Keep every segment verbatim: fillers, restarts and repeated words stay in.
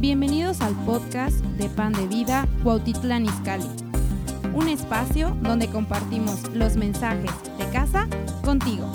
Bienvenidos al podcast de Pan de Vida Cuautitlán Izcalli, un espacio donde compartimos los mensajes de casa contigo.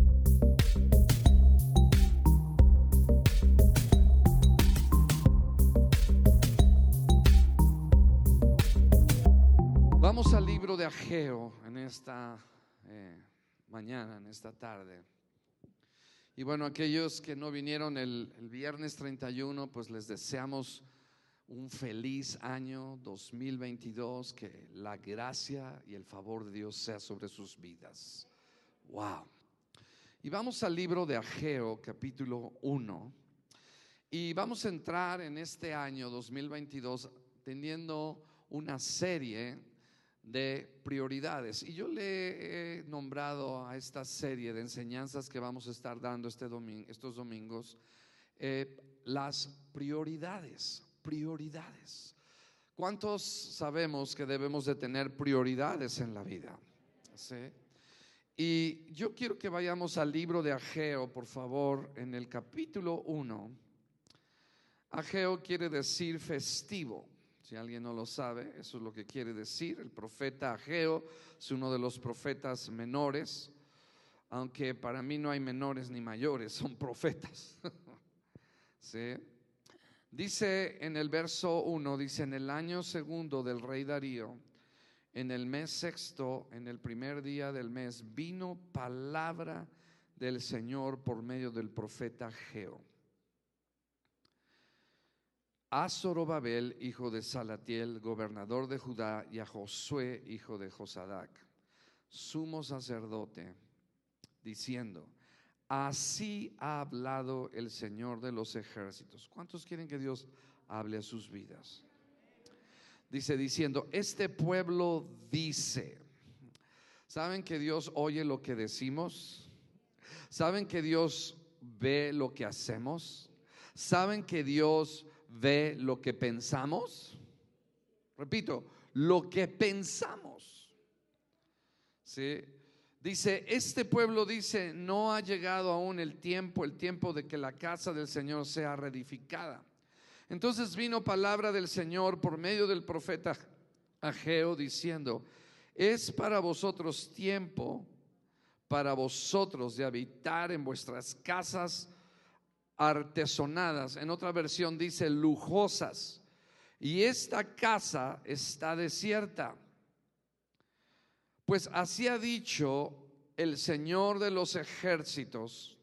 Vamos al libro de Ageo en esta eh, mañana, en esta tarde. Y bueno, aquellos que no vinieron el, el viernes treinta y uno, pues les deseamos un feliz año dos mil veintidós, que la gracia y el favor de Dios sea sobre sus vidas. Wow. Y vamos al libro de Ageo, capítulo uno. Y vamos a entrar en este año dos mil veintidós teniendo una serie de prioridades, y yo le he nombrado a esta serie de enseñanzas que vamos a estar dando este domingo, estos domingos, eh, las prioridades. Prioridades. ¿Cuántos sabemos que debemos de tener prioridades en la vida? ¿Sí? Y yo quiero que vayamos al libro de Ageo, por favor, en el capítulo uno. Ageo quiere decir festivo. Si alguien no lo sabe, eso es lo que quiere decir. El profeta Ageo es uno de los profetas menores, aunque para mí no hay menores ni mayores, son profetas. ¿Sí? Dice en el verso uno, dice: en el año segundo del rey Darío, en el mes sexto, en el primer día del mes, vino palabra del Señor por medio del profeta Ageo a Zorobabel, hijo de Salatiel, gobernador de Judá, y a Josué, hijo de Josadac, sumo sacerdote, diciendo: así ha hablado el Señor de los ejércitos. ¿Cuántos quieren que Dios hable a sus vidas? Dice diciendo: este pueblo dice. ¿Saben que Dios oye lo que decimos? ¿Saben que Dios ve lo que hacemos? ¿Saben que Dios ve lo que pensamos? Repito, lo que pensamos. ¿Sí? Dice, este pueblo dice: no ha llegado aún el tiempo, el tiempo de que la casa del Señor sea reedificada. Entonces vino palabra del Señor por medio del profeta Ageo diciendo: es para vosotros tiempo, para vosotros de habitar en vuestras casas artesonadas. En otra versión dice lujosas, y esta casa está desierta. Pues así ha dicho el Señor de los ejércitos: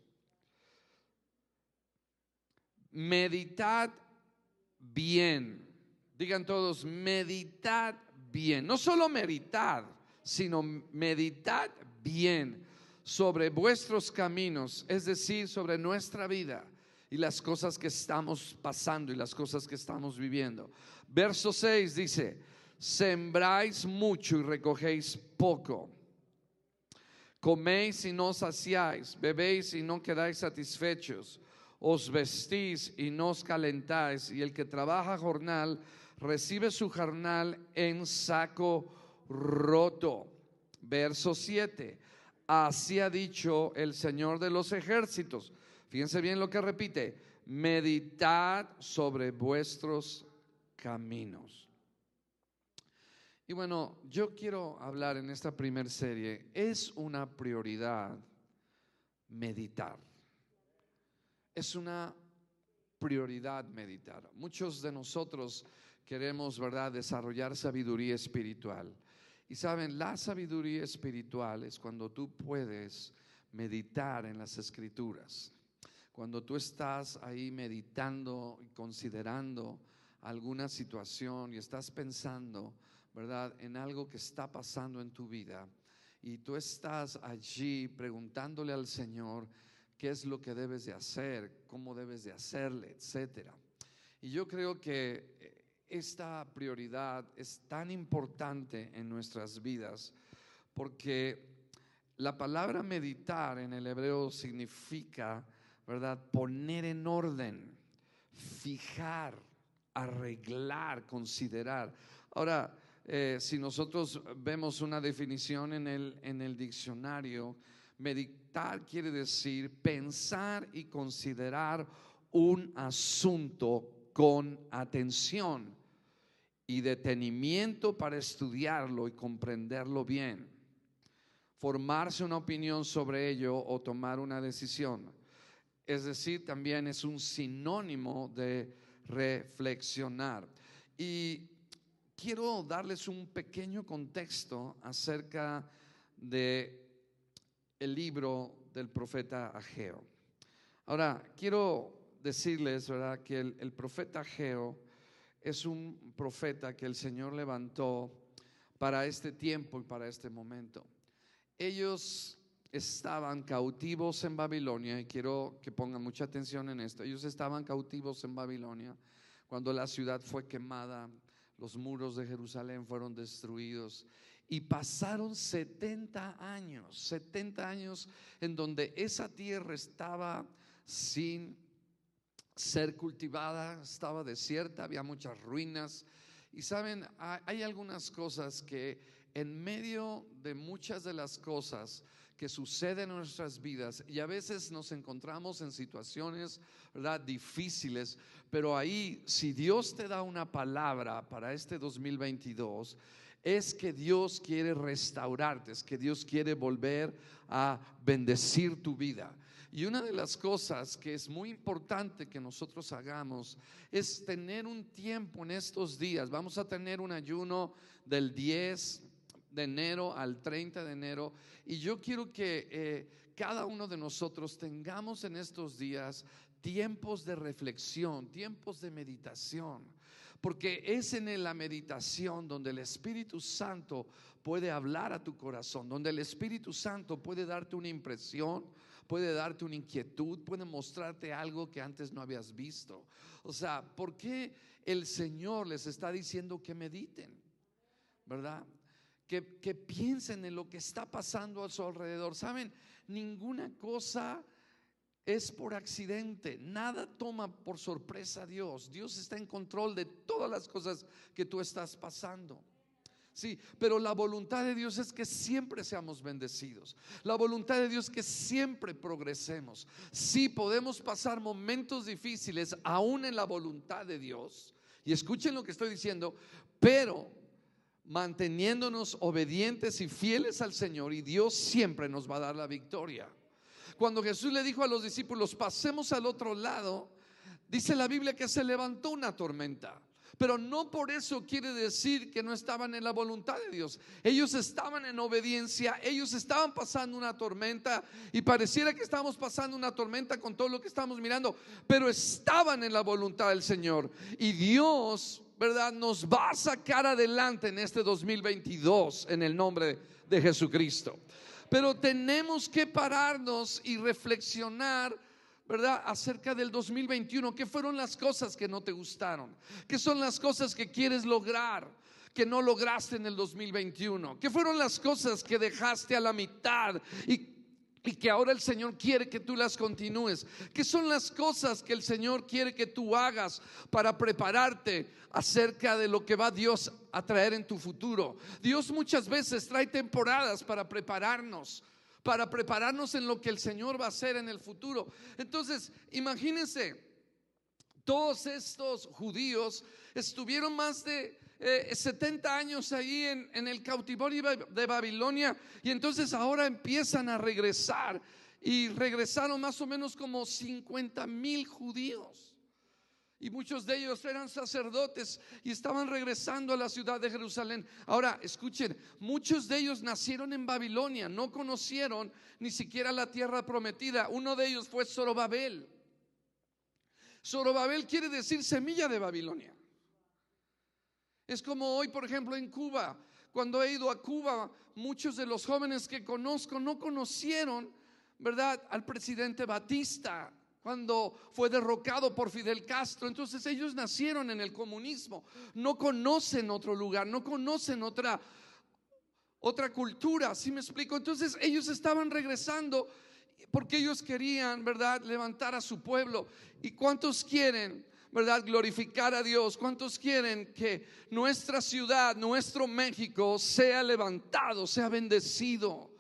meditad bien. Digan todos: meditad bien. No solo meditad, sino meditad bien sobre vuestros caminos, es decir, sobre nuestra vida y las cosas que estamos pasando y las cosas que estamos viviendo. Verso seis dice: sembráis mucho y recogéis poco, coméis y no saciáis, bebéis y no quedáis satisfechos, os vestís y no os calentáis, y el que trabaja jornal recibe su jornal en saco roto. Verso siete: así ha dicho el Señor de los ejércitos. Fíjense bien lo que repite: meditad sobre vuestros caminos. Y bueno, yo quiero hablar en esta primer serie. Es una prioridad meditar. Es una prioridad meditar. Muchos de nosotros queremos, ¿verdad?, desarrollar sabiduría espiritual. Y saben, la sabiduría espiritual es cuando tú puedes meditar en las escrituras. Cuando tú estás ahí meditando y considerando alguna situación y estás pensando, ¿verdad?, en algo que está pasando en tu vida, y tú estás allí preguntándole al Señor qué es lo que debes de hacer, cómo debes de hacerle, etcétera. Y yo creo que esta prioridad es tan importante en nuestras vidas, porque la palabra meditar en el hebreo significa, ¿verdad?, poner en orden, fijar, arreglar, considerar. Ahora, eh, si nosotros vemos una definición en el, en el diccionario, meditar quiere decir pensar y considerar un asunto con atención y detenimiento para estudiarlo y comprenderlo bien, formarse una opinión sobre ello o tomar una decisión. Es decir, también es un sinónimo de reflexionar. Y quiero darles un pequeño contexto acerca de el libro del profeta Ageo. Ahora, quiero decirles, ¿verdad?, que el, el profeta Ageo es un profeta que el Señor levantó para este tiempo y para este momento. Ellos estaban cautivos en Babilonia, y quiero que pongan mucha atención en esto. Ellos estaban cautivos en Babilonia cuando la ciudad fue quemada, los muros de Jerusalén fueron destruidos, y pasaron setenta años, setenta años en donde esa tierra estaba sin ser cultivada, estaba desierta, había muchas ruinas. Y saben, hay algunas cosas que en medio de muchas de las cosas que suceden en nuestras vidas, y a veces nos encontramos en situaciones, ¿verdad?, difíciles, pero ahí, si Dios te da una palabra para este dos mil veintidós, es que Dios quiere restaurarte, es que Dios quiere volver a bendecir tu vida. Y una de las cosas que es muy importante que nosotros hagamos es tener un tiempo en estos días. Vamos a tener un ayuno del diez de enero al treinta de enero, y yo quiero que eh, cada uno de nosotros tengamos en estos días tiempos de reflexión, tiempos de meditación, porque es en la meditación donde el Espíritu Santo puede hablar a tu corazón, donde el Espíritu Santo puede darte una impresión, puede darte una inquietud, puede mostrarte algo que antes no habías visto. O sea, ¿por qué el Señor les está diciendo que mediten? ¿Verdad? Que, que piensen en lo que está pasando a su alrededor. Saben, ninguna cosa es por accidente, nada toma por sorpresa a Dios. Dios está en control de todas las cosas que tú estás pasando. Sí, pero la voluntad de Dios es que siempre seamos bendecidos. La voluntad de Dios es que siempre progresemos. Sí, podemos pasar momentos difíciles aún en la voluntad de Dios. Y escuchen lo que estoy diciendo, pero manteniéndonos obedientes y fieles al Señor, y Dios siempre nos va a dar la victoria. Cuando Jesús le dijo a los discípulos, pasemos al otro lado, dice la Biblia que se levantó una tormenta. Pero no por eso quiere decir que no estaban en la voluntad de Dios. Ellos estaban en obediencia, ellos estaban pasando una tormenta, y pareciera que estamos pasando una tormenta con todo lo que estamos mirando, pero estaban en la voluntad del Señor. Y Dios, ¿verdad?, nos va a sacar adelante en este dos mil veintidós en el nombre de Jesucristo. Pero tenemos que pararnos y reflexionar, ¿verdad?, acerca del dos mil veintiuno. ¿Qué fueron las cosas que no te gustaron? ¿Qué son las cosas que quieres lograr que no lograste en el dos mil veintiuno? ¿Qué fueron las cosas que dejaste a la mitad y y que ahora el Señor quiere que tú las continúes? ¿Qué son las cosas que el Señor quiere que tú hagas para prepararte acerca de lo que va Dios a traer en tu futuro? Dios muchas veces trae temporadas para prepararnos, para prepararnos en lo que el Señor va a hacer en el futuro. Entonces, imagínense, todos estos judíos estuvieron más de Eh, setenta años ahí en, en el cautiverio de Babilonia, y entonces ahora empiezan a regresar, y regresaron más o menos como cincuenta mil judíos, y muchos de ellos eran sacerdotes y estaban regresando a la ciudad de Jerusalén. Ahora escuchen, muchos de ellos nacieron en Babilonia, no conocieron ni siquiera la tierra prometida. Uno de ellos fue Zorobabel. Zorobabel quiere decir semilla de Babilonia. Es como hoy, por ejemplo, en Cuba. Cuando he ido a Cuba, muchos de los jóvenes que conozco no conocieron, ¿verdad?, al presidente Batista cuando fue derrocado por Fidel Castro. Entonces ellos nacieron en el comunismo, no conocen otro lugar, no conocen otra otra cultura. ¿Sí me explico? Entonces ellos estaban regresando porque ellos querían, ¿verdad?, levantar a su pueblo. ¿Y cuántos quieren, verdad, glorificar a Dios? ¿Cuántos quieren que nuestra ciudad, nuestro México, sea levantado, sea bendecido?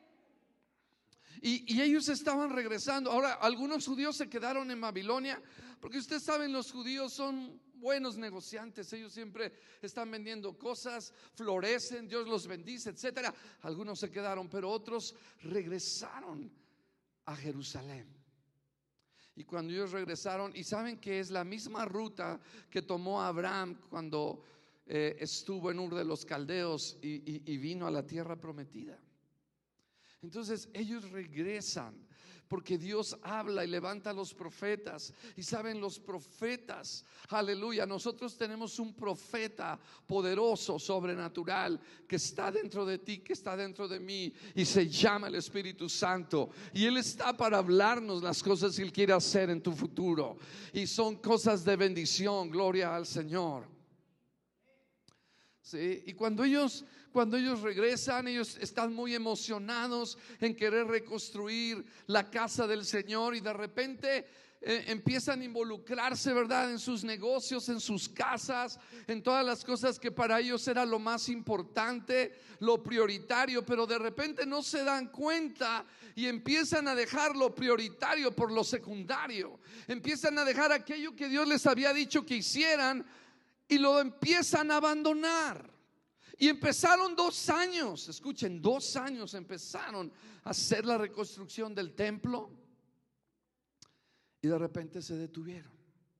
Y, y ellos estaban regresando. Ahora, algunos judíos se quedaron en Babilonia Porque ustedes saben, los judíos son buenos negociantes. Ellos siempre están vendiendo cosas, florecen, Dios los bendice, etcétera. Algunos se quedaron, pero otros regresaron a Jerusalén. Y cuando ellos regresaron, y saben que es la misma ruta que tomó Abraham cuando eh, estuvo en Ur de los Caldeos y, y, y vino a la tierra prometida. Entonces ellos regresan porque Dios habla y levanta a los profetas. Y saben, los profetas, aleluya, nosotros tenemos un profeta poderoso, sobrenatural, que está dentro de ti, que está dentro de mí, y se llama el Espíritu Santo. Y Él está para hablarnos las cosas que Él quiere hacer en tu futuro, y son cosas de bendición. Gloria al Señor. Sí, y cuando ellos Cuando ellos regresan, ellos están muy emocionados en querer reconstruir la casa del Señor, y de repente eh, empiezan a involucrarse, ¿verdad?, en sus negocios, en sus casas, en todas las cosas que para ellos era lo más importante, lo prioritario. Pero de repente no se dan cuenta y empiezan a dejar lo prioritario por lo secundario. Empiezan a dejar aquello que Dios les había dicho que hicieran y lo empiezan a abandonar. Y empezaron dos años, escuchen, dos años empezaron a hacer la reconstrucción del templo, y de repente se detuvieron.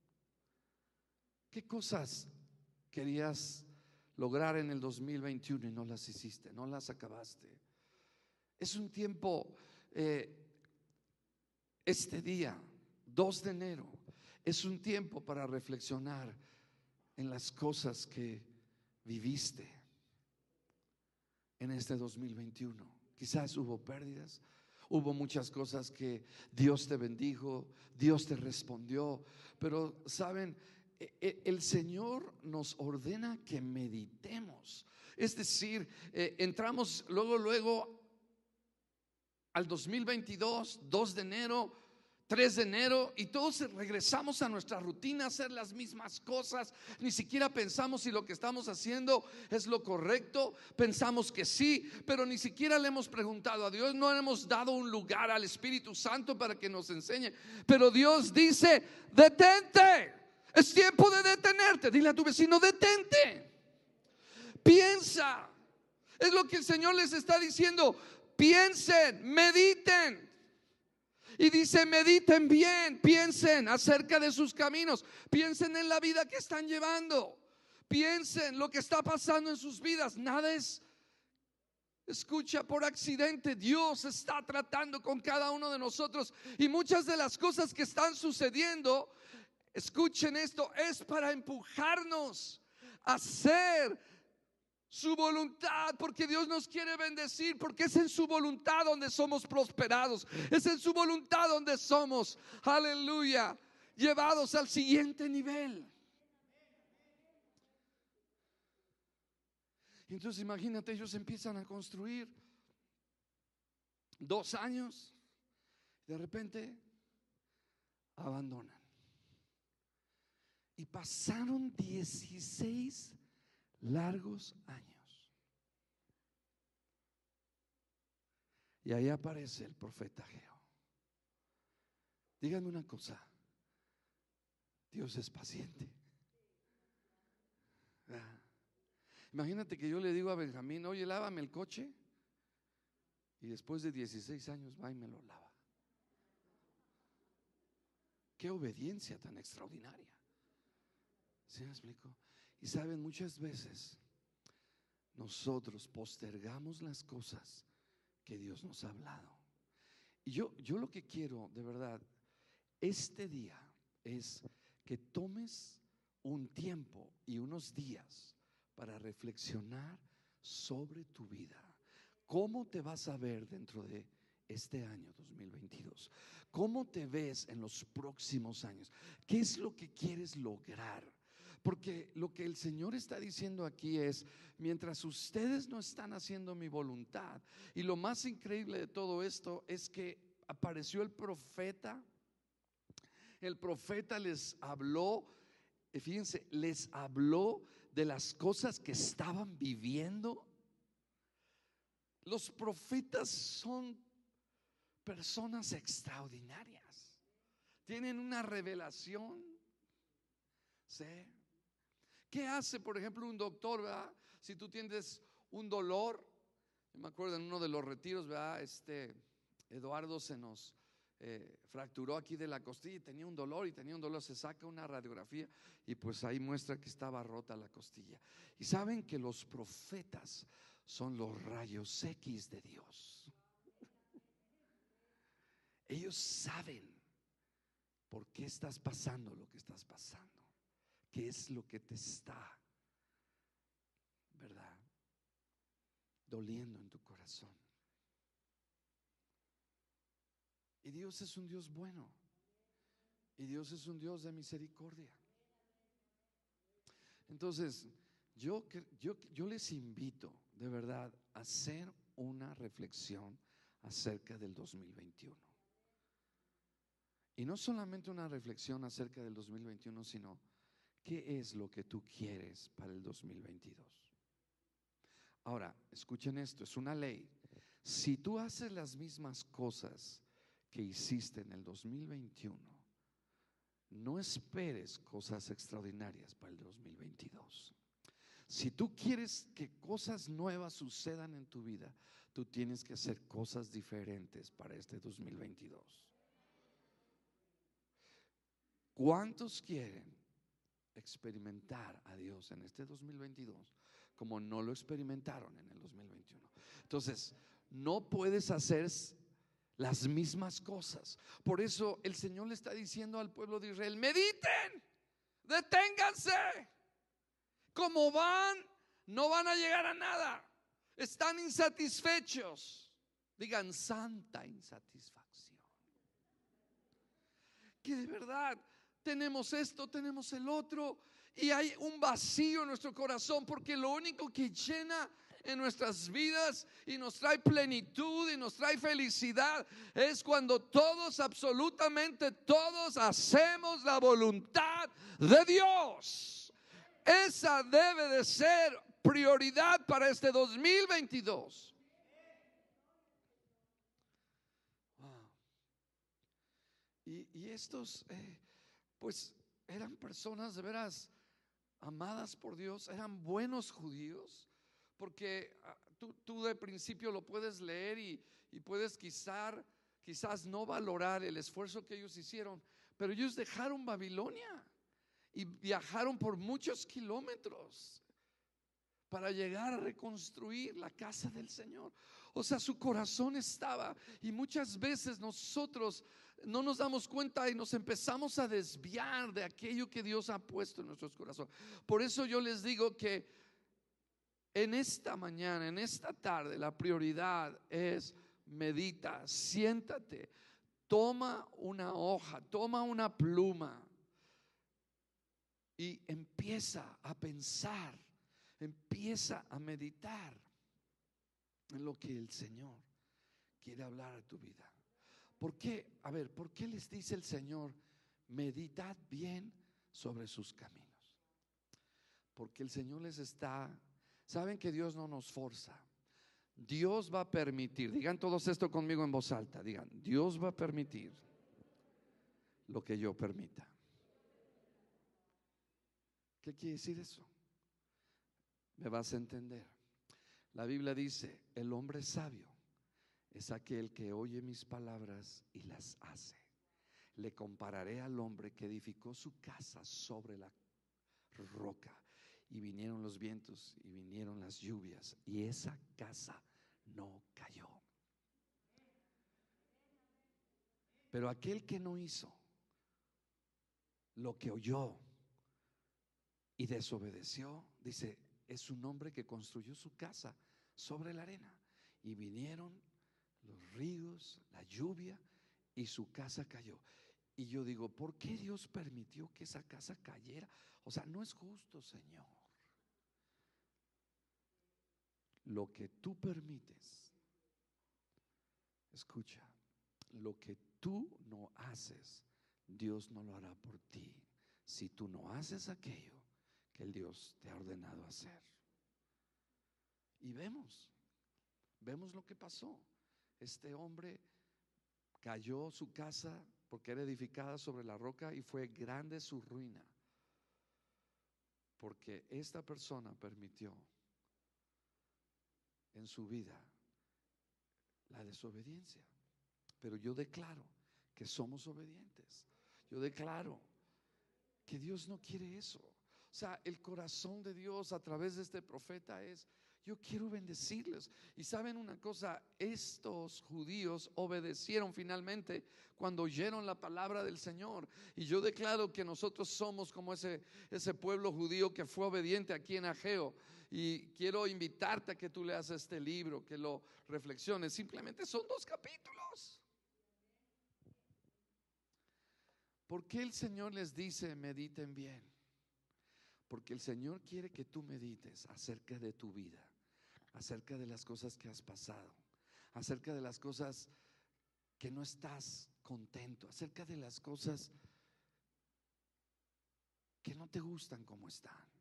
¿Qué cosas querías lograr en el dos mil veintiuno y no las hiciste, no las acabaste? Es un tiempo, eh, este día, dos de enero, es un tiempo para reflexionar en las cosas que viviste en este dos mil veintiuno. Quizás hubo pérdidas, hubo muchas cosas que Dios te bendijo, Dios te respondió, pero saben, el Señor nos ordena que meditemos. Es decir, eh, entramos luego, luego al dos mil veintidós, dos de enero, tres de enero, y todos regresamos a nuestra rutina, a hacer las mismas cosas. Ni siquiera pensamos si lo que estamos haciendo es lo correcto. Pensamos que sí, pero ni siquiera le hemos preguntado a Dios. No le hemos dado un lugar al Espíritu Santo para que nos enseñe. Pero Dios dice: detente, es tiempo de detenerte. Dile a tu vecino: detente, piensa. Es lo que el Señor les está diciendo: piensen, mediten. Y dice: mediten bien, piensen acerca de sus caminos, piensen en la vida que están llevando, piensen lo que está pasando en sus vidas. Nada es, escucha, por accidente. Dios está tratando con cada uno de nosotros, y muchas de las cosas que están sucediendo, escuchen esto, es para empujarnos a hacer su voluntad, porque Dios nos quiere bendecir, porque es en su voluntad donde somos prosperados, es en su voluntad donde somos, aleluya, llevados al siguiente nivel. Entonces imagínate, ellos empiezan a construir dos años, de repente abandonan, y pasaron dieciséis largos años. Y ahí aparece el profeta Ageo. Díganme una cosa: Dios es paciente. Ah. Imagínate que yo le digo a Benjamín: oye, lávame el coche, y después de dieciséis años va y me lo lava. Qué obediencia tan extraordinaria. ¿Sí me explico? Y saben, muchas veces nosotros postergamos las cosas que Dios nos ha hablado. Y yo, yo lo que quiero de verdad este día es que tomes un tiempo y unos días para reflexionar sobre tu vida. ¿Cómo te vas a ver dentro de este año dos mil veintidós? ¿Cómo te ves en los próximos años? ¿Qué es lo que quieres lograr? Porque lo que el Señor está diciendo aquí es: mientras ustedes no están haciendo mi voluntad. Y lo más increíble de todo esto es que apareció el profeta. El profeta les habló, fíjense, les habló de las cosas que estaban viviendo. Los profetas son personas extraordinarias, tienen una revelación. sé. ¿Qué hace, por ejemplo, un doctor, ¿verdad? Si tú tienes un dolor, yo me acuerdo en uno de los retiros, ¿verdad? Este Eduardo se nos eh, fracturó aquí de la costilla y tenía un dolor y tenía un dolor, se saca una radiografía y pues ahí muestra que estaba rota la costilla. Y saben que los profetas son los rayos X de Dios. Ellos saben por qué estás pasando lo que estás pasando, qué es lo que te está, ¿verdad?, doliendo en tu corazón. Y Dios es un Dios bueno. Y Dios es un Dios de misericordia. Entonces, yo, yo, yo les invito de verdad a hacer una reflexión acerca del dos mil veintiuno. Y no solamente una reflexión acerca del dos mil veintiuno, sino ¿qué es lo que tú quieres para el dos mil veintidós? Ahora, escuchen esto, es una ley. Si tú haces las mismas cosas que hiciste en el dos mil veintiuno, no esperes cosas extraordinarias para el dos mil veintidós. Si tú quieres que cosas nuevas sucedan en tu vida, tú tienes que hacer cosas diferentes para este dos mil veintidós. ¿Cuántos quieren experimentar a Dios en este dos mil veintidós como no lo experimentaron en el dos mil veintiuno? Entonces, no puedes hacer las mismas cosas. Por eso el Señor le está diciendo al pueblo de Israel: mediten, deténganse. Como van, no van a llegar a nada. Están insatisfechos. Digan: santa insatisfacción. Que de verdad tenemos esto, tenemos el otro, y hay un vacío en nuestro corazón, porque lo único que llena en nuestras vidas y nos trae plenitud y nos trae felicidad es cuando todos, absolutamente todos, hacemos la voluntad de Dios. Esa debe de ser prioridad para este dos mil veintidós. Wow. Y, y estos eh, pues eran personas de veras amadas por Dios, eran buenos judíos. Porque uh, tú, tú de principio lo puedes leer y, y puedes quizás, quizás no valorar el esfuerzo que ellos hicieron, pero ellos dejaron Babilonia y viajaron por muchos kilómetros para llegar a reconstruir la casa del Señor. O sea, su corazón estaba, y muchas veces nosotros no nos damos cuenta y nos empezamos a desviar de aquello que Dios ha puesto en nuestros corazones. Por eso yo les digo que en esta mañana, en esta tarde, la prioridad es: medita, siéntate, toma una hoja, toma una pluma y empieza a pensar, empieza a meditar en lo que el Señor quiere hablar a tu vida. ¿Por qué? A ver, ¿por qué les dice el Señor: meditad bien sobre sus caminos? Porque el Señor les está... Saben que Dios no nos forza. Dios va a permitir, digan todos esto conmigo en voz alta, digan: Dios va a permitir lo que yo permita. ¿Qué quiere decir eso? Me vas a entender. La Biblia dice: el hombre sabio es aquel que oye mis palabras y las hace. Le compararé al hombre que edificó su casa sobre la roca. Y vinieron los vientos y vinieron las lluvias, y esa casa no cayó. Pero aquel que no hizo lo que oyó y desobedeció, dice, es un hombre que construyó su casa sobre la arena, y vinieron los ríos, la lluvia, y su casa cayó. Y yo digo: ¿por qué Dios permitió que esa casa cayera? O sea, no es justo, Señor. Lo que tú permites, escucha, lo que tú no haces, Dios no lo hará por ti si tú no haces aquello que el Dios te ha ordenado hacer. Y vemos, vemos lo que pasó. Este hombre cayó su casa porque era edificada sobre la roca, y fue grande su ruina. porque esta persona permitió en su vida la desobediencia. Pero yo declaro que somos obedientes. Yo declaro que Dios no quiere eso. O sea, el corazón de Dios a través de este profeta es: yo quiero bendecirles. Y saben una cosa, estos judíos obedecieron finalmente cuando oyeron la palabra del Señor. Y yo declaro que nosotros somos como ese, ese pueblo judío que fue obediente aquí en Ageo. Y quiero invitarte a que tú leas este libro, que lo reflexiones. Simplemente son dos capítulos. ¿Por qué el Señor les dice mediten bien? Porque el Señor quiere que tú medites acerca de tu vida, acerca de las cosas que has pasado, acerca de las cosas que no estás contento, acerca de las cosas que no te gustan como están.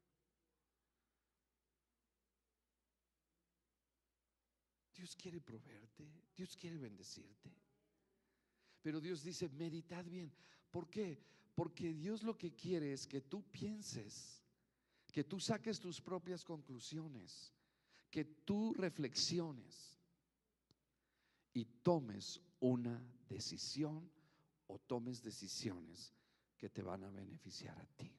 Dios quiere proveerte, Dios quiere bendecirte, pero Dios dice meditad bien. ¿Por qué? Porque Dios lo que quiere es que tú pienses, que tú saques tus propias conclusiones, que tú reflexiones y tomes una decisión o tomes decisiones que te van a beneficiar a ti.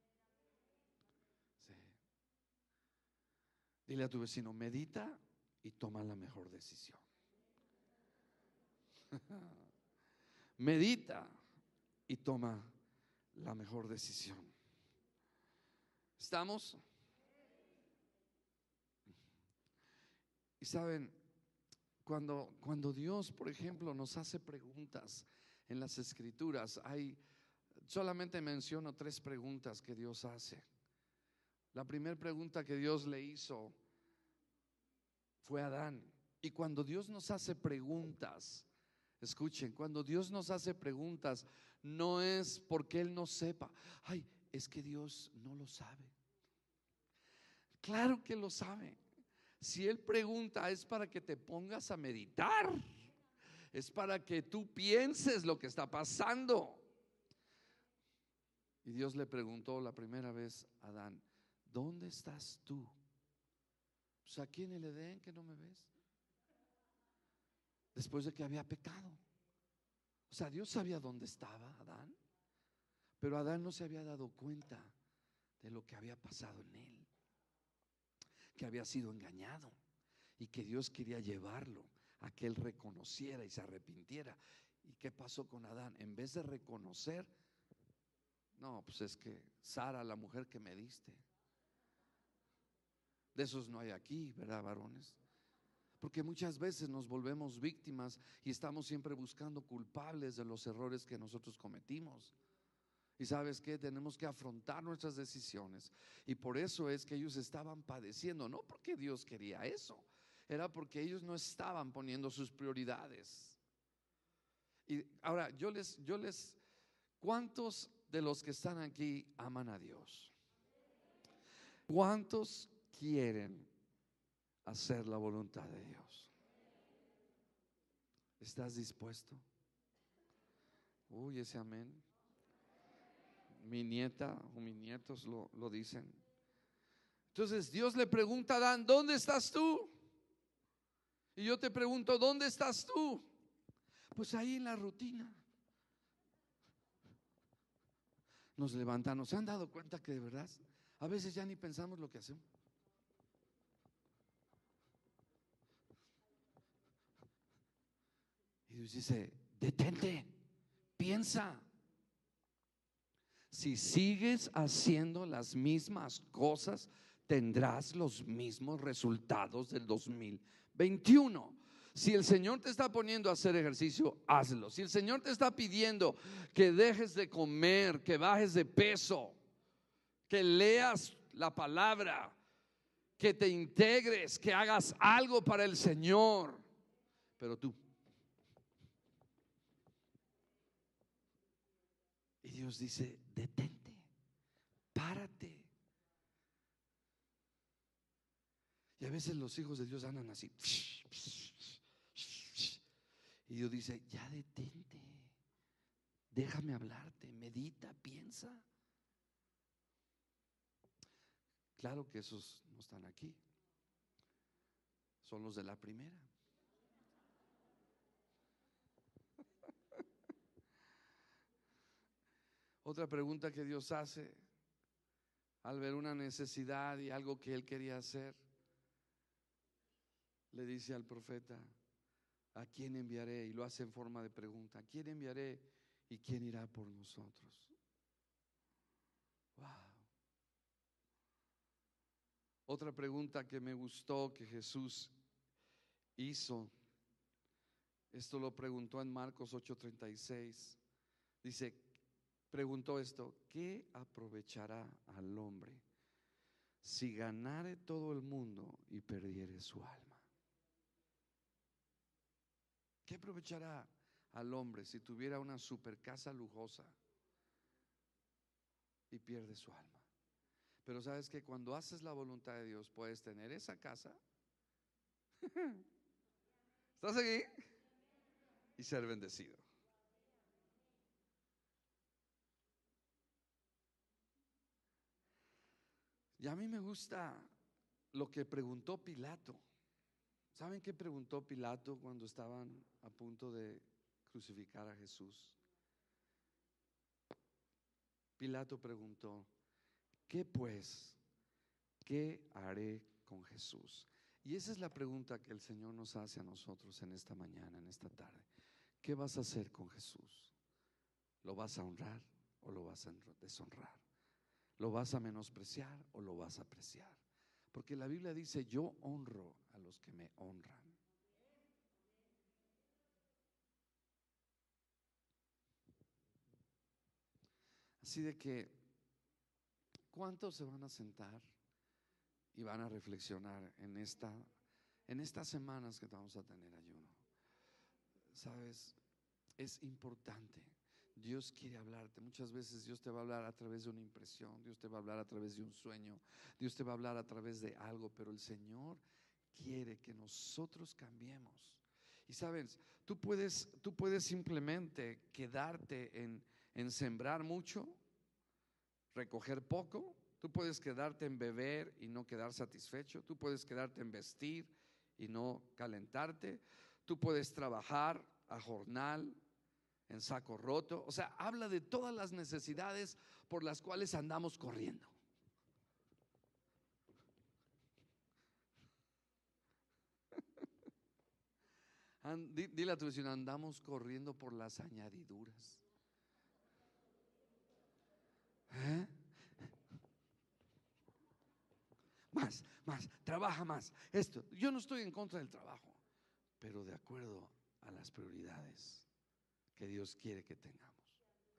Sí. Dile a tu vecino: medita y toma la mejor decisión. Medita y toma la mejor decisión. ¿Estamos? Y saben, cuando, cuando Dios, por ejemplo, nos hace preguntas en las Escrituras, hay, solamente menciono tres preguntas que Dios hace. La primera pregunta que Dios le hizo fue a Adán. Y cuando Dios nos hace preguntas, escuchen, cuando Dios nos hace preguntas, no es porque Él no sepa. Ay, es que Dios no lo sabe. Claro que lo sabe. Si Él pregunta es para que te pongas a meditar, es para que tú pienses lo que está pasando. Y Dios le preguntó la primera vez a Adán: ¿dónde estás tú? Pues aquí en el Edén, que no me ves. Después de que había pecado. O sea, Dios sabía dónde estaba Adán, pero Adán no se había dado cuenta de lo que había pasado en él, que había sido engañado y que Dios quería llevarlo a que él reconociera y se arrepintiera. ¿Y qué pasó con Adán? En vez de reconocer, no, pues es que Sara, la mujer que me diste, de esos no hay aquí, ¿verdad, varones? Porque muchas veces nos volvemos víctimas y estamos siempre buscando culpables de los errores que nosotros cometimos. Y sabes que tenemos que afrontar nuestras decisiones. Y por eso es que ellos estaban padeciendo, no porque Dios quería eso, era porque ellos no estaban poniendo sus prioridades. Y ahora yo les, yo les, ¿cuántos de los que están aquí aman a Dios? ¿Cuántos quieren hacer la voluntad de Dios? ¿Estás dispuesto? Uy, ese amén. Mi nieta o mis nietos lo, lo dicen. Entonces Dios le pregunta a Adán: ¿dónde estás tú? Y yo te pregunto: ¿dónde estás tú? Pues ahí en la rutina. Nos levantamos. ¿Se han dado cuenta que de verdad a veces ya ni pensamos lo que hacemos? Y Dios dice: detente, piensa. Si sigues haciendo las mismas cosas, tendrás los mismos resultados del dos mil veintiuno. Si el Señor te está poniendo a hacer ejercicio, hazlo. Si el Señor te está pidiendo que dejes de comer, que bajes de peso, que leas la palabra, que te integres, que hagas algo para el Señor, pero tú, y Dios dice: detente, párate. Y a veces los hijos de Dios andan así, y Dios dice: ya detente, déjame hablarte, medita, piensa. Claro que esos no están aquí, son los de la primera. Otra pregunta que Dios hace al ver una necesidad y algo que Él quería hacer, le dice al profeta: ¿a quién enviaré? Y lo hace en forma de pregunta: ¿a quién enviaré y quién irá por nosotros? Wow. Otra pregunta que me gustó que Jesús hizo, esto lo preguntó en Marcos ocho treinta y seis. Dice, preguntó esto: ¿qué aprovechará al hombre si ganare todo el mundo y perdiere su alma? ¿Qué aprovechará al hombre si tuviera una super casa lujosa y pierde su alma? Pero sabes que cuando haces la voluntad de Dios puedes tener esa casa. ¿Estás aquí? Y ser bendecido. Y a mí me gusta lo que preguntó Pilato. ¿Saben qué preguntó Pilato cuando estaban a punto de crucificar a Jesús? Pilato preguntó: ¿qué pues? ¿Qué haré con Jesús? Y esa es la pregunta que el Señor nos hace a nosotros en esta mañana, en esta tarde. ¿Qué vas a hacer con Jesús? ¿Lo vas a honrar o lo vas a deshonrar? ¿Lo vas a menospreciar o lo vas a apreciar? Porque la Biblia dice: yo honro a los que me honran. Así de que, ¿cuántos se van a sentar y van a reflexionar en esta, en estas semanas que vamos a tener ayuno? Sabes, es importante. Dios quiere hablarte. Muchas veces Dios te va a hablar a través de una impresión, Dios te va a hablar a través de un sueño, Dios te va a hablar a través de algo, pero el Señor quiere que nosotros cambiemos. Y sabes, tú puedes, tú puedes simplemente quedarte en, en sembrar mucho, recoger poco. Tú puedes quedarte en beber y no quedar satisfecho. Tú puedes quedarte en vestir y no calentarte. Tú puedes trabajar a jornal, en saco roto. O sea, habla de todas las necesidades por las cuales andamos corriendo. Dile a tu vecino: andamos corriendo por las añadiduras. ¿Eh? Más, más, trabaja más. Esto, yo no estoy en contra del trabajo, pero de acuerdo a las prioridades que Dios quiere que tengamos.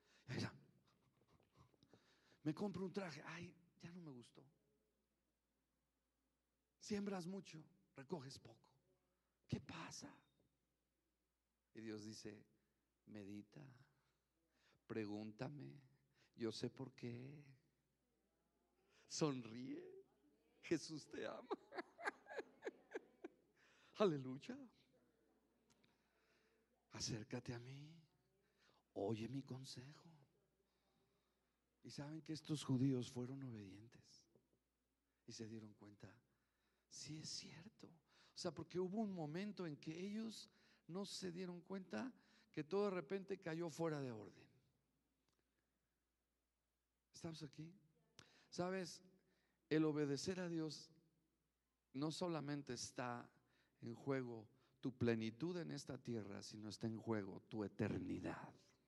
Me compro un traje, ay, ya no me gustó. Siembras mucho, recoges poco. ¿Qué pasa? Y Dios dice: medita, pregúntame, yo sé por qué. Sonríe, Jesús te ama. Aleluya. Acércate a mí, oye mi consejo. Y saben que estos judíos fueron obedientes y se dieron cuenta: sí es cierto. O sea, porque hubo un momento en que ellos no se dieron cuenta que todo de repente cayó fuera de orden. ¿Estamos aquí? ¿Sabes? El obedecer a Dios no solamente está en juego tu plenitud en esta tierra, sino está en juego tu eternidad.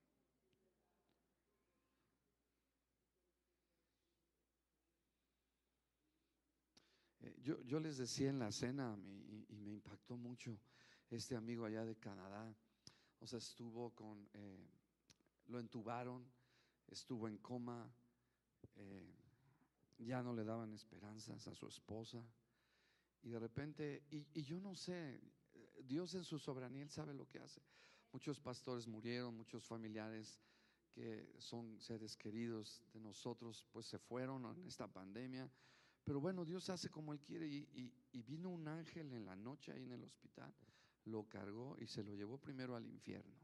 Eh, yo, yo les decía en la cena y, y me impactó mucho este amigo allá de Canadá. O sea, estuvo con, eh, lo entubaron, estuvo en coma, eh, ya no le daban esperanzas a su esposa. Y de repente, y, y yo no sé, Dios en su soberanía, Él sabe lo que hace. Muchos pastores murieron, muchos familiares que son seres queridos de nosotros, pues se fueron en esta pandemia. Pero bueno, Dios hace como Él quiere. Y, y, y vino un ángel en la noche ahí en el hospital, lo cargó y se lo llevó primero al infierno.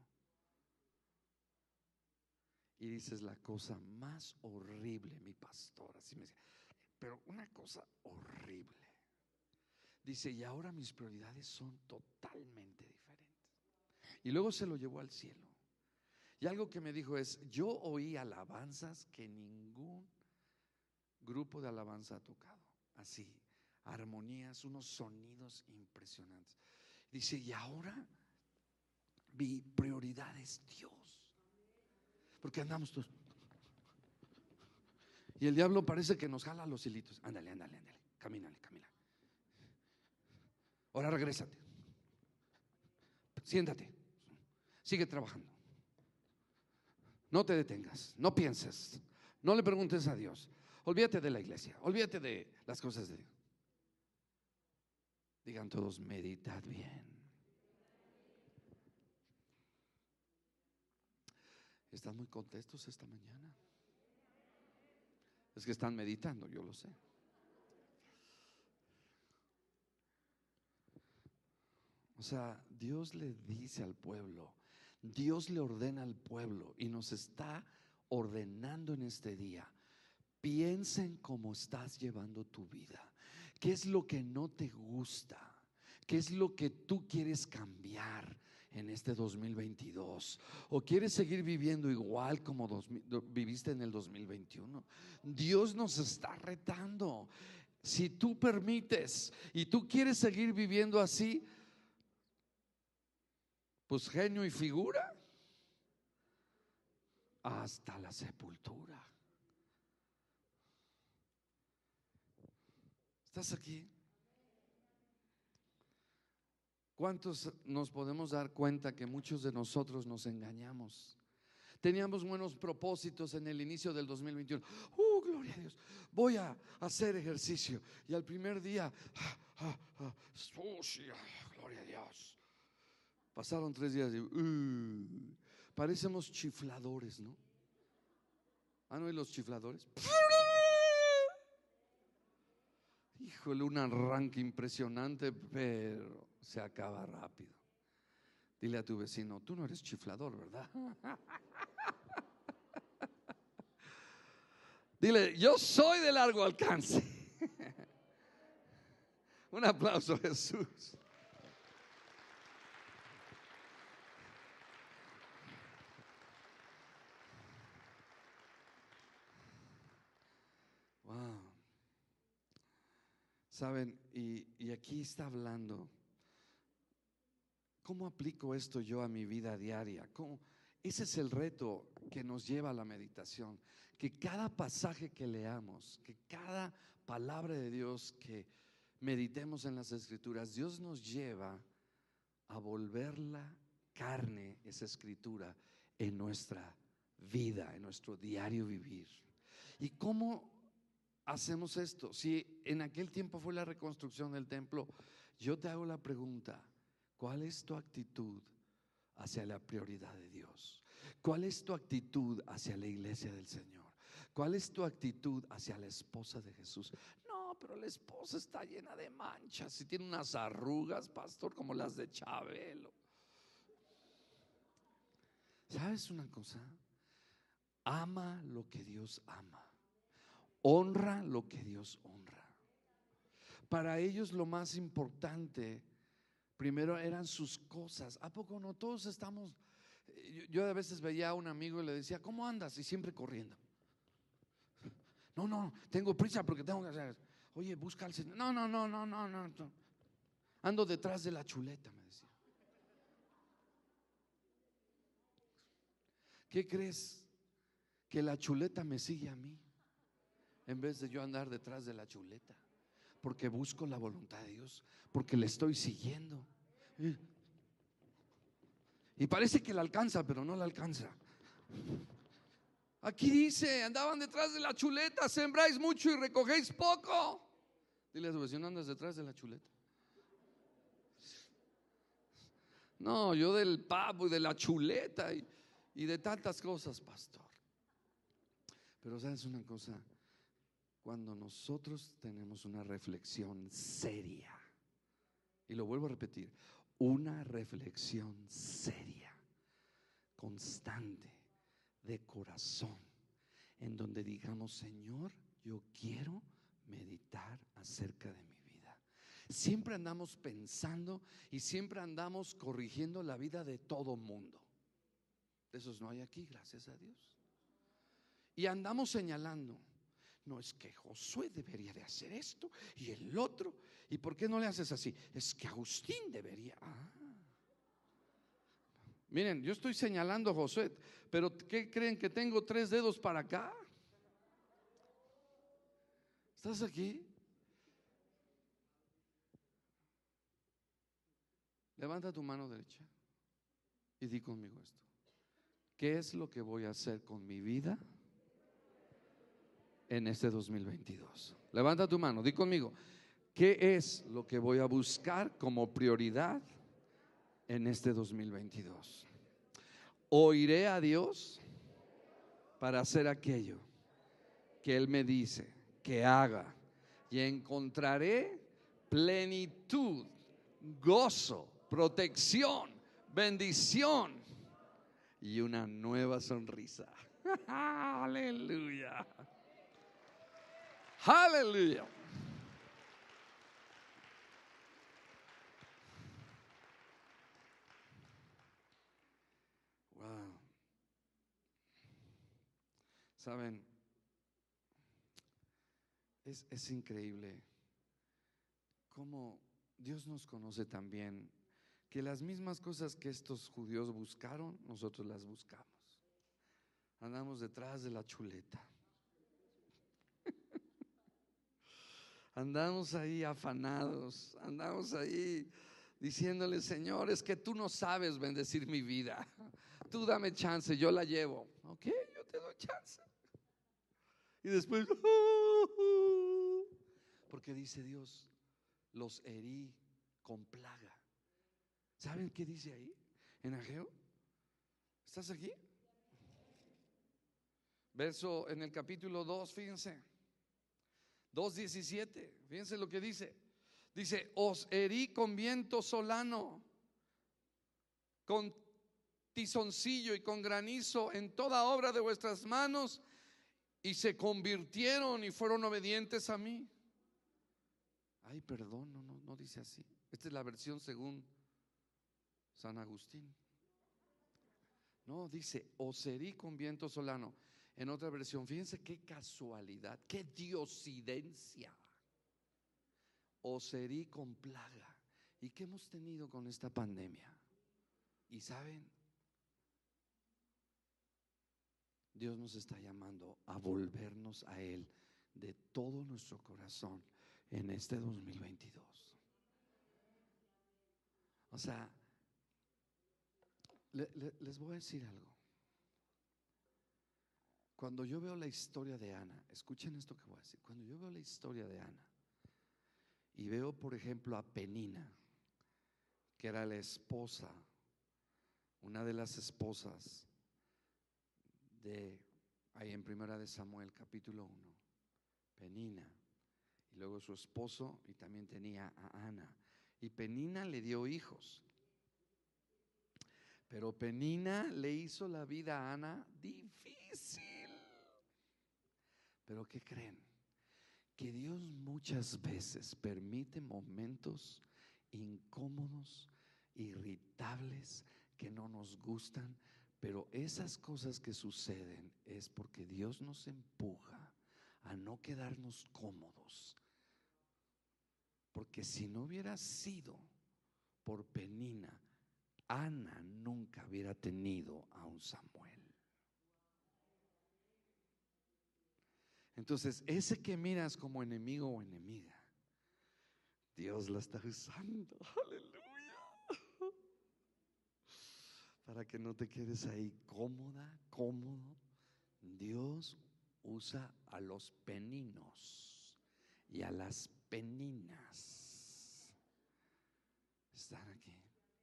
Y dices: la cosa más horrible, mi pastor, así me decía, pero una cosa horrible. Dice, y ahora mis prioridades son totalmente diferentes. Y luego se lo llevó al cielo. Y algo que me dijo es, yo oí alabanzas que ningún grupo de alabanza ha tocado. Así, armonías, unos sonidos impresionantes. Dice, y ahora mi prioridad es Dios. Porque andamos todos. Y el diablo parece que nos jala los hilitos. Ándale, ándale, ándale, camínale, camina. Ahora regrésate. Siéntate. Sigue trabajando. No te detengas, no pienses, no le preguntes a Dios. Olvídate de la iglesia, olvídate de las cosas de Dios. Digan todos, meditad bien. ¿Están muy contentos esta mañana? Es que están meditando, yo lo sé. O sea, Dios le dice al pueblo, Dios le ordena al pueblo y nos está ordenando en este día. Piensen cómo estás llevando tu vida. ¿Qué es lo que no te gusta? ¿Qué es lo que tú quieres cambiar en este dos mil veintidós? ¿O quieres seguir viviendo igual como dos mil, viviste en el dos mil veintiuno? Dios nos está retando. Si tú permites y tú quieres seguir viviendo así, pues genio y figura hasta la sepultura. ¿Estás aquí? ¿Cuántos nos podemos dar cuenta que muchos de nosotros nos engañamos? Teníamos buenos propósitos en el inicio del dos mil veintiuno. ¡Uh, gloria a Dios! Voy a hacer ejercicio. Y al primer día, ah, ah, ah, sushi, ah, gloria a Dios. Pasaron tres días y uh, parecemos chifladores, ¿no? ¿Ah, no? ¿Y los chifladores? Híjole, un arranque impresionante, pero se acaba rápido. Dile a tu vecino, tú no eres chiflador, ¿verdad? Dile, yo soy de largo alcance. Un aplauso a Jesús. Wow. Saben, y, y aquí está hablando, ¿cómo aplico esto yo a mi vida diaria? ¿Cómo? Ese es el reto que nos lleva a la meditación, que cada pasaje que leamos, que cada palabra de Dios que meditemos en las Escrituras, Dios nos lleva a volver la carne, esa escritura, en nuestra vida, en nuestro diario vivir. ¿Y cómo hacemos esto? Si en aquel tiempo fue la reconstrucción del templo, yo te hago la pregunta, ¿cuál es tu actitud hacia la prioridad de Dios? ¿Cuál es tu actitud hacia la iglesia del Señor? ¿Cuál es tu actitud hacia la esposa de Jesús? No, pero la esposa está llena de manchas y tiene unas arrugas, pastor, como las de Chabelo. ¿Sabes una cosa? Ama lo que Dios ama. Honra lo que Dios honra. Para ellos lo más importante primero eran sus cosas. ¿A poco no? Todos estamos. Yo, yo a veces veía a un amigo y le decía, ¿cómo andas? Y siempre corriendo. No, no, tengo prisa porque tengo que hacer. Oye, busca al Señor. No, no, no, no, no, no. Ando detrás de la chuleta, me decía. ¿Qué crees? Que la chuleta me sigue a mí en vez de yo andar detrás de la chuleta, porque busco la voluntad de Dios, porque le estoy siguiendo. Y parece que la alcanza, pero no la alcanza. Aquí dice, andaban detrás de la chuleta, sembráis mucho y recogéis poco. Dile a tu vecino, andas detrás de la chuleta. No, yo del pavo y de la chuleta y, y de tantas cosas, pastor. Pero sabes una cosa, cuando nosotros tenemos una reflexión seria, y lo vuelvo a repetir, una reflexión seria, constante, de corazón, en donde digamos, Señor, yo quiero meditar acerca de mi vida. Siempre andamos pensando y siempre andamos corrigiendo la vida de todo mundo. De esos no hay aquí, gracias a Dios. Y andamos señalando, no, es que Josué debería de hacer esto y el otro. ¿Y por qué no le haces así? Es que Agustín debería. Ah. Miren, yo estoy señalando a Josué, pero ¿qué creen? ¿Que tengo tres dedos para acá? ¿Estás aquí? Levanta tu mano derecha y di conmigo esto. ¿Qué es lo que voy a hacer con mi vida en este dos mil veintidós? Levanta tu mano, di conmigo. ¿Qué es lo que voy a buscar como prioridad en este dos mil veintidós? Oiré a Dios para hacer aquello que Él me dice que haga, y encontraré plenitud, gozo, protección, bendición y una nueva sonrisa. Aleluya. Aleluya. Wow. Saben, es, es increíble cómo Dios nos conoce tan bien, que las mismas cosas que estos judíos buscaron, nosotros las buscamos. Andamos detrás de la chuleta. Andamos ahí afanados, andamos ahí diciéndole, Señor, es que tú no sabes bendecir mi vida. Tú dame chance, yo la llevo. Ok, yo te doy chance. Y después, porque dice Dios, los herí con plaga. ¿Saben qué dice ahí? En Ageo. ¿Estás aquí? Verso en el capítulo dos, fíjense. dos diecisiete, fíjense lo que dice. Dice, os herí con viento solano, con tizoncillo y con granizo en toda obra de vuestras manos, y se convirtieron y fueron obedientes a mí. Ay, perdón, no, no, no dice así. Esta es la versión según San Agustín. No, dice, os herí con viento solano. En otra versión, fíjense qué casualidad, qué diosidencia. Os herí con plaga. ¿Y qué hemos tenido con esta pandemia? Y saben, Dios nos está llamando a volvernos a Él de todo nuestro corazón en este dos mil veintidós. O sea, le, le, les voy a decir algo. Cuando yo veo la historia de Ana, escuchen esto que voy a decir. Cuando yo veo la historia de Ana y veo, por ejemplo, a Penina, que era la esposa, una de las esposas de ahí en Primera de Samuel capítulo uno, Penina, y luego su esposo, y también tenía a Ana, y Penina le dio hijos, pero Penina le hizo la vida a Ana difícil. Pero ¿qué creen? Que Dios muchas veces permite momentos incómodos, irritables, que no nos gustan, pero esas cosas que suceden es porque Dios nos empuja a no quedarnos cómodos. Porque si no hubiera sido por Penina, Ana nunca hubiera tenido a un Samuel. Entonces, ese que miras como enemigo o enemiga, Dios la está usando, aleluya, para que no te quedes ahí cómoda, cómodo. Dios usa a los peninos y a las peninas. Están aquí.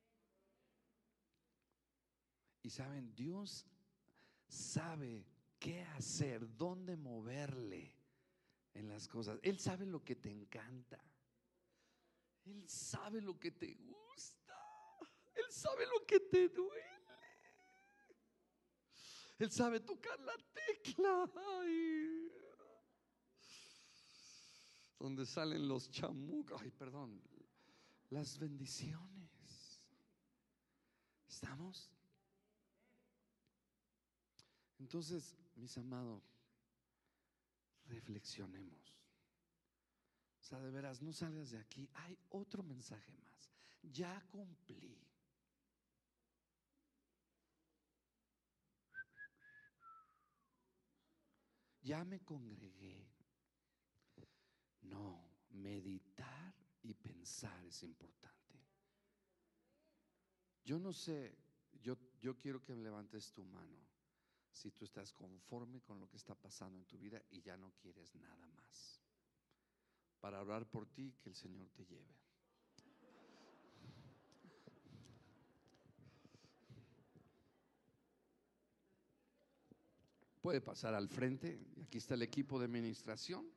Y saben, Dios sabe qué hacer, dónde moverle en las cosas. Él sabe lo que te encanta. Él sabe lo que te gusta. Él sabe lo que te duele. Él sabe tocar la tecla. Ay. donde salen los chamucos, ay, perdón, las bendiciones. ¿Estamos? Entonces, mis amados, reflexionemos. O sea, de veras, no salgas de aquí. Hay otro mensaje más. Ya cumplí. Ya me congregué. No, meditar y pensar es importante. Yo no sé, yo, yo quiero que levantes tu mano si tú estás conforme con lo que está pasando en tu vida y ya no quieres nada más, para orar por ti, que el Señor te lleve. Puede pasar al frente, y aquí está el equipo de administración.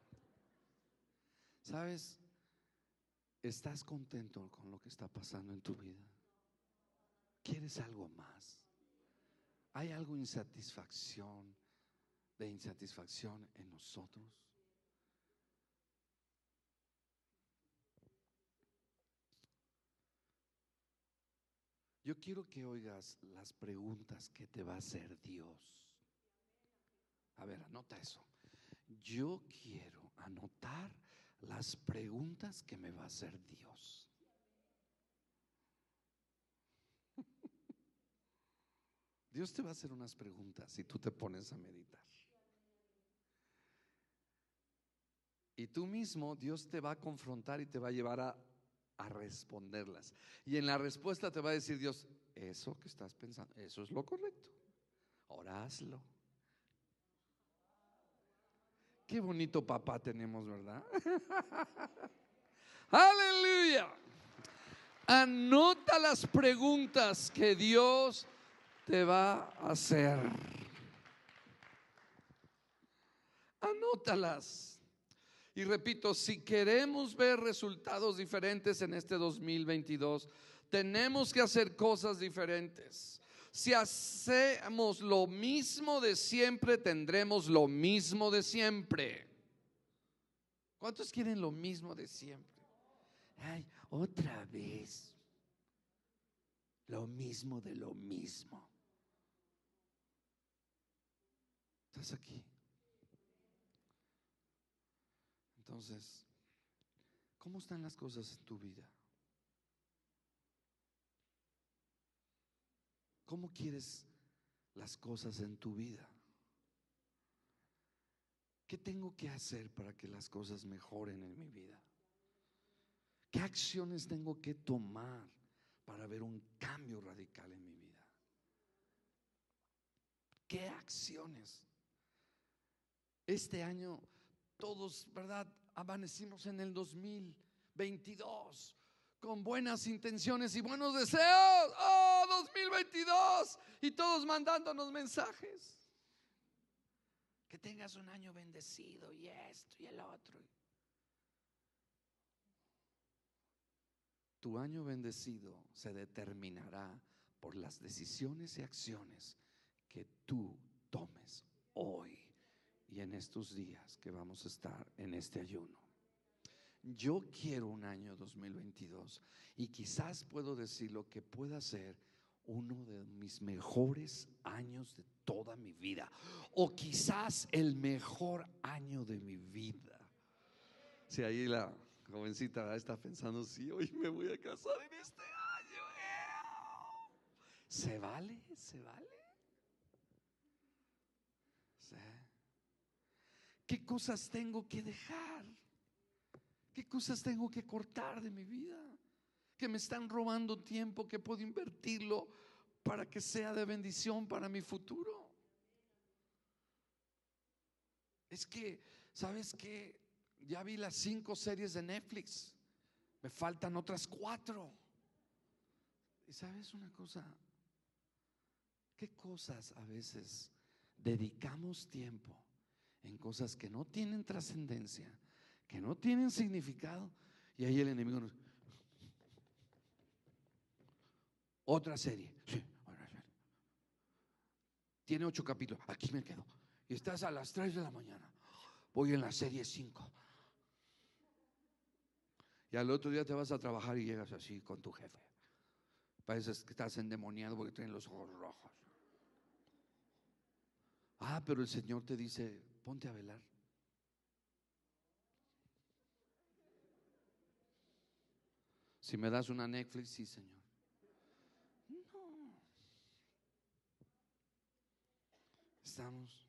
¿Sabes? ¿Estás contento con lo que está pasando en tu vida? ¿Quieres algo más? ¿Hay algo de insatisfacción, de insatisfacción en nosotros? Yo quiero que oigas las preguntas que te va a hacer Dios. A ver, anota eso. Yo quiero anotar las preguntas que me va a hacer Dios. Dios te va a hacer unas preguntas si tú te pones a meditar. Y tú mismo, Dios te va a confrontar y te va a llevar a, a responderlas. Y en la respuesta te va a decir Dios, eso que estás pensando, eso es lo correcto. Ahora hazlo. Qué bonito papá tenemos, ¿verdad? Aleluya. Anota las preguntas que Dios te va a hacer. Anótalas. Y repito, si queremos ver resultados diferentes en este dos mil veintidós, tenemos que hacer cosas diferentes. Si hacemos lo mismo de siempre, tendremos lo mismo de siempre. ¿Cuántos quieren lo mismo de siempre? Ay, otra vez lo mismo de lo mismo. ¿Estás aquí? Entonces, ¿cómo están las cosas en tu vida? ¿Cómo quieres las cosas en tu vida? ¿Qué tengo que hacer para que las cosas mejoren en mi vida? ¿Qué acciones tengo que tomar para ver un cambio radical en mi vida? ¿Qué acciones? Este año todos, ¿verdad? Amanecimos en el dos mil veintidós con buenas intenciones y buenos deseos. ¡Oh, dos mil veintidós! Y todos mandándonos mensajes. Que tengas un año bendecido y esto y el otro. Tu año bendecido se determinará por las decisiones y acciones que tú tomes hoy y en estos días que vamos a estar en este ayuno. Yo quiero un año dos mil veintidós y quizás puedo decirlo que pueda ser uno de mis mejores años de toda mi vida, o quizás el mejor año de mi vida. Si ahí la jovencita está pensando, sí, hoy me voy a casar en este año. ¿Se vale? ¿Se vale? ¿Sí? ¿Qué cosas tengo que dejar? ¿Qué cosas tengo que cortar de mi vida? Que me están robando tiempo, que puedo invertirlo para que sea de bendición para mi futuro. Es que, ¿sabes qué? Ya vi las cinco series de Netflix. Me faltan otras cuatro. ¿Y sabes una cosa? ¿Qué cosas a veces dedicamos tiempo en cosas que no tienen trascendencia, que no tienen significado? Y ahí el enemigo nos... Otra serie. Sí, otra serie. Tiene ocho capítulos. Aquí me quedo. Y estás a las tres de la mañana. Voy en la serie cinco. Y al otro día te vas a trabajar y llegas así con tu jefe. Pareces que estás endemoniado porque tienes los ojos rojos. Ah, pero el Señor te dice, ponte a velar. Si me das una Netflix, sí, Señor. No. Estamos.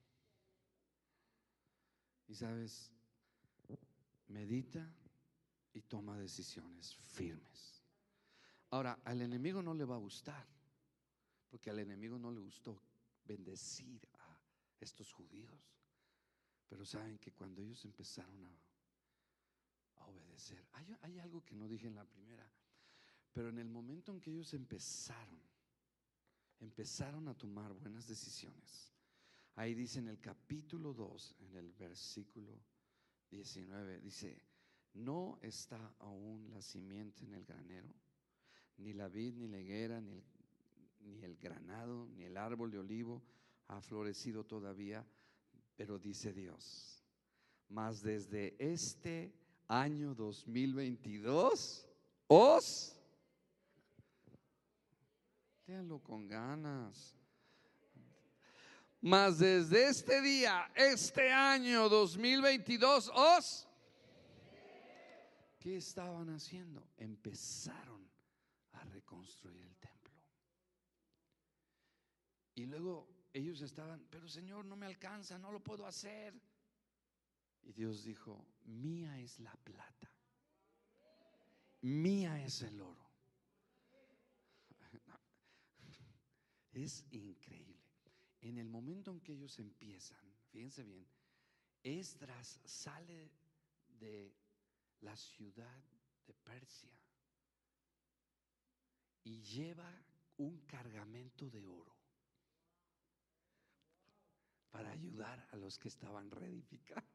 Y sabes, medita y toma decisiones firmes. Ahora, al enemigo no le va a gustar, porque al enemigo no le gustó bendecir a estos judíos. Pero saben que cuando ellos empezaron a, a obedecer, hay, hay algo que no dije en la primera, pero en el momento en que ellos empezaron, empezaron a tomar buenas decisiones, ahí dice en el capítulo dos, en el versículo diecinueve, dice: no está aún la simiente en el granero, ni la vid, ni la higuera, ni el, ni el granado, ni el árbol de olivo ha florecido todavía, pero dice Dios, mas desde este año dos mil veintidós os, léanlo con ganas, mas desde este día, este año dos mil veintidós os, ¿qué estaban haciendo? Empezaron a reconstruir el templo. Y luego ellos estaban, pero Señor, no me alcanza, no lo puedo hacer. Y Dios dijo: mía es la plata, mía es el oro. Es increíble. En el momento en que ellos empiezan, fíjense bien, Esdras sale de la ciudad de Persia y lleva un cargamento de oro para ayudar a los que estaban reedificando.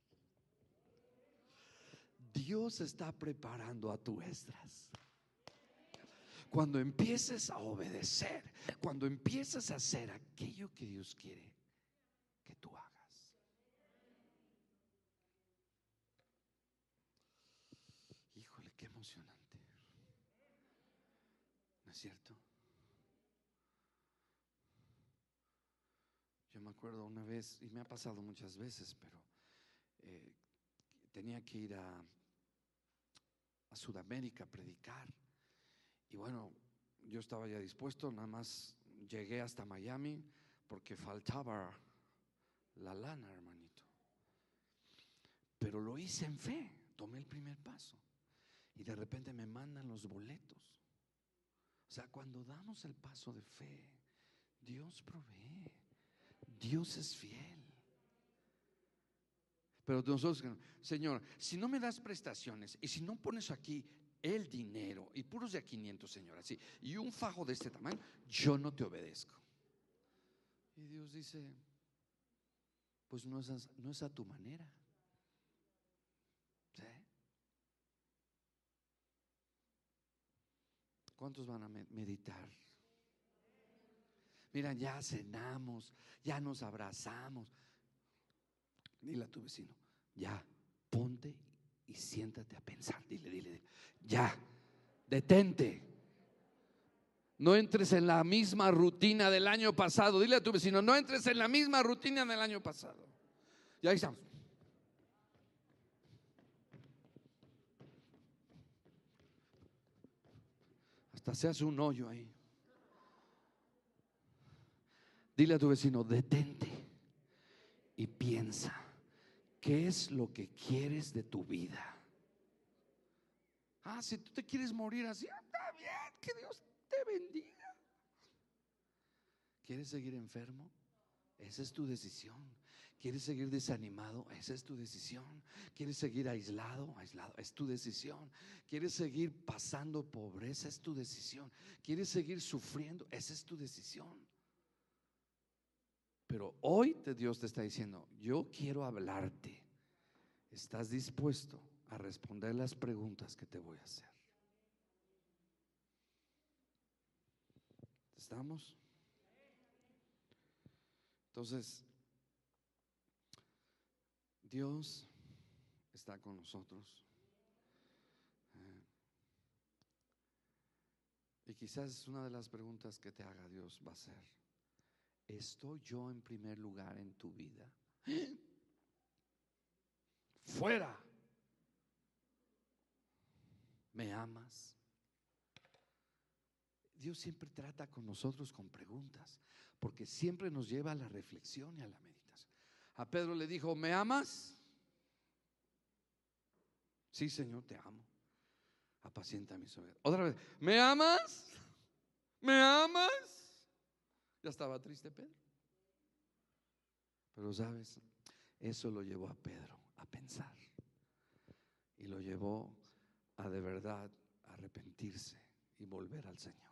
Dios está preparando a tu Esdras. Cuando empieces a obedecer, cuando empieces a hacer aquello que Dios quiere que tú hagas. Híjole, qué emocionante, ¿no es cierto? Yo me acuerdo una vez, y me ha pasado muchas veces, pero eh, tenía que ir a, a Sudamérica a predicar. Y bueno, yo estaba ya dispuesto, nada más llegué hasta Miami porque faltaba la lana, hermanito. Pero lo hice en fe, tomé el primer paso y de repente me mandan los boletos. O sea, cuando damos el paso de fe, Dios provee, Dios es fiel. Pero nosotros, Señor, si no me das prestaciones y si no pones aquí el dinero y puros de a quinientos, Señor, así, y un fajo de este tamaño, yo no te obedezco. Y Dios dice: pues no es a, no es a tu manera. ¿Sí? ¿Cuántos van a meditar? Mira, ya cenamos, ya nos abrazamos. Dile a tu vecino: ya, ponte y siéntate a pensar. Dile, dile, dile, ya, detente. No entres en la misma rutina del año pasado. Dile a tu vecino: no entres en la misma rutina del año pasado. Y ahí estamos. Hasta se hace un hoyo ahí. Dile a tu vecino: detente y piensa, ¿qué es lo que quieres de tu vida? Ah, si tú te quieres morir así, está bien, que Dios te bendiga. ¿Quieres seguir enfermo? Esa es tu decisión. ¿Quieres seguir desanimado? Esa es tu decisión. ¿Quieres seguir aislado? Aislado, es tu decisión. ¿Quieres seguir pasando pobreza? Es tu decisión. ¿Quieres seguir sufriendo? Esa es tu decisión. Pero hoy Dios te está diciendo: yo quiero hablarte. ¿Estás dispuesto a responder las preguntas que te voy a hacer? ¿Estamos? Entonces, Dios está con nosotros. Y quizás una de las preguntas que te haga Dios va a ser: ¿estoy yo en primer lugar en tu vida? Fuera. ¿Me amas? Dios siempre trata con nosotros con preguntas, porque siempre nos lleva a la reflexión y a la meditación. A Pedro le dijo: ¿me amas? Sí, Señor, te amo. Apacienta mis ovejas. Otra vez: ¿me amas? ¿Me amas? Ya estaba triste Pedro. Pero sabes, eso lo llevó a Pedro a pensar, y lo llevó a de verdad arrepentirse y volver al Señor.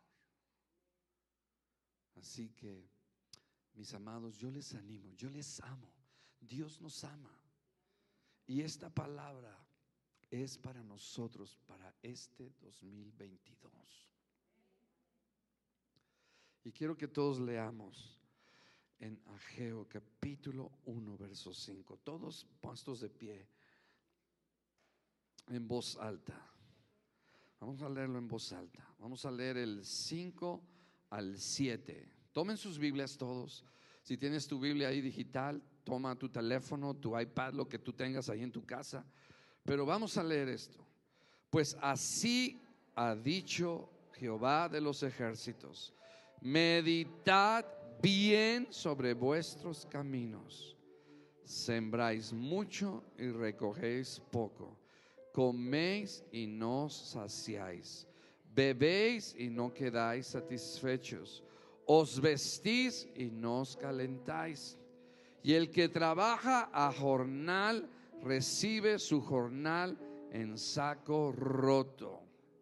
Así que, mis amados, yo les animo, yo les amo. Dios nos ama, y esta palabra es para nosotros, para este dos mil veintidós. Y quiero que todos leamos en Ageo capítulo uno, verso cinco, todos puestos de pie en voz alta. Vamos a leerlo en voz alta. Vamos a leer el cinco al siete. Tomen sus Biblias todos. Si tienes tu Biblia ahí digital, toma tu teléfono, tu iPad, lo que tú tengas ahí en tu casa. Pero vamos a leer esto. Pues así ha dicho Jehová de los ejércitos: meditad bien sobre vuestros caminos. Sembráis mucho y recogéis poco. Coméis y no os saciáis. Bebéis y no quedáis satisfechos. Os vestís y no os calentáis. Y el que trabaja a jornal recibe su jornal en saco roto.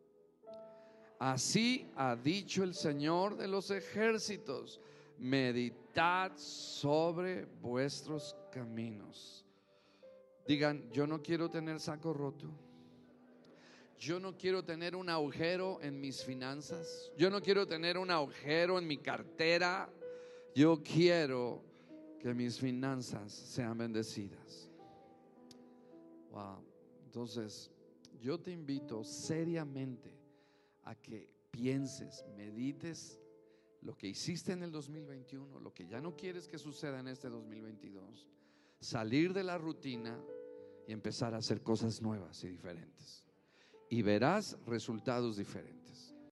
Así ha dicho el Señor de los ejércitos: meditad sobre vuestros caminos. Digan: yo no quiero tener saco roto. Yo no quiero tener un agujero en mis finanzas. Yo no quiero tener un agujero en mi cartera. Yo quiero que mis finanzas sean bendecidas. Wow. Entonces, yo te invito seriamente a que pienses, medites lo que hiciste en el dos mil veintiuno, lo que ya no quieres que suceda en este dos mil veintidós. Salir de la rutina y empezar a hacer cosas nuevas y diferentes, y verás resultados diferentes.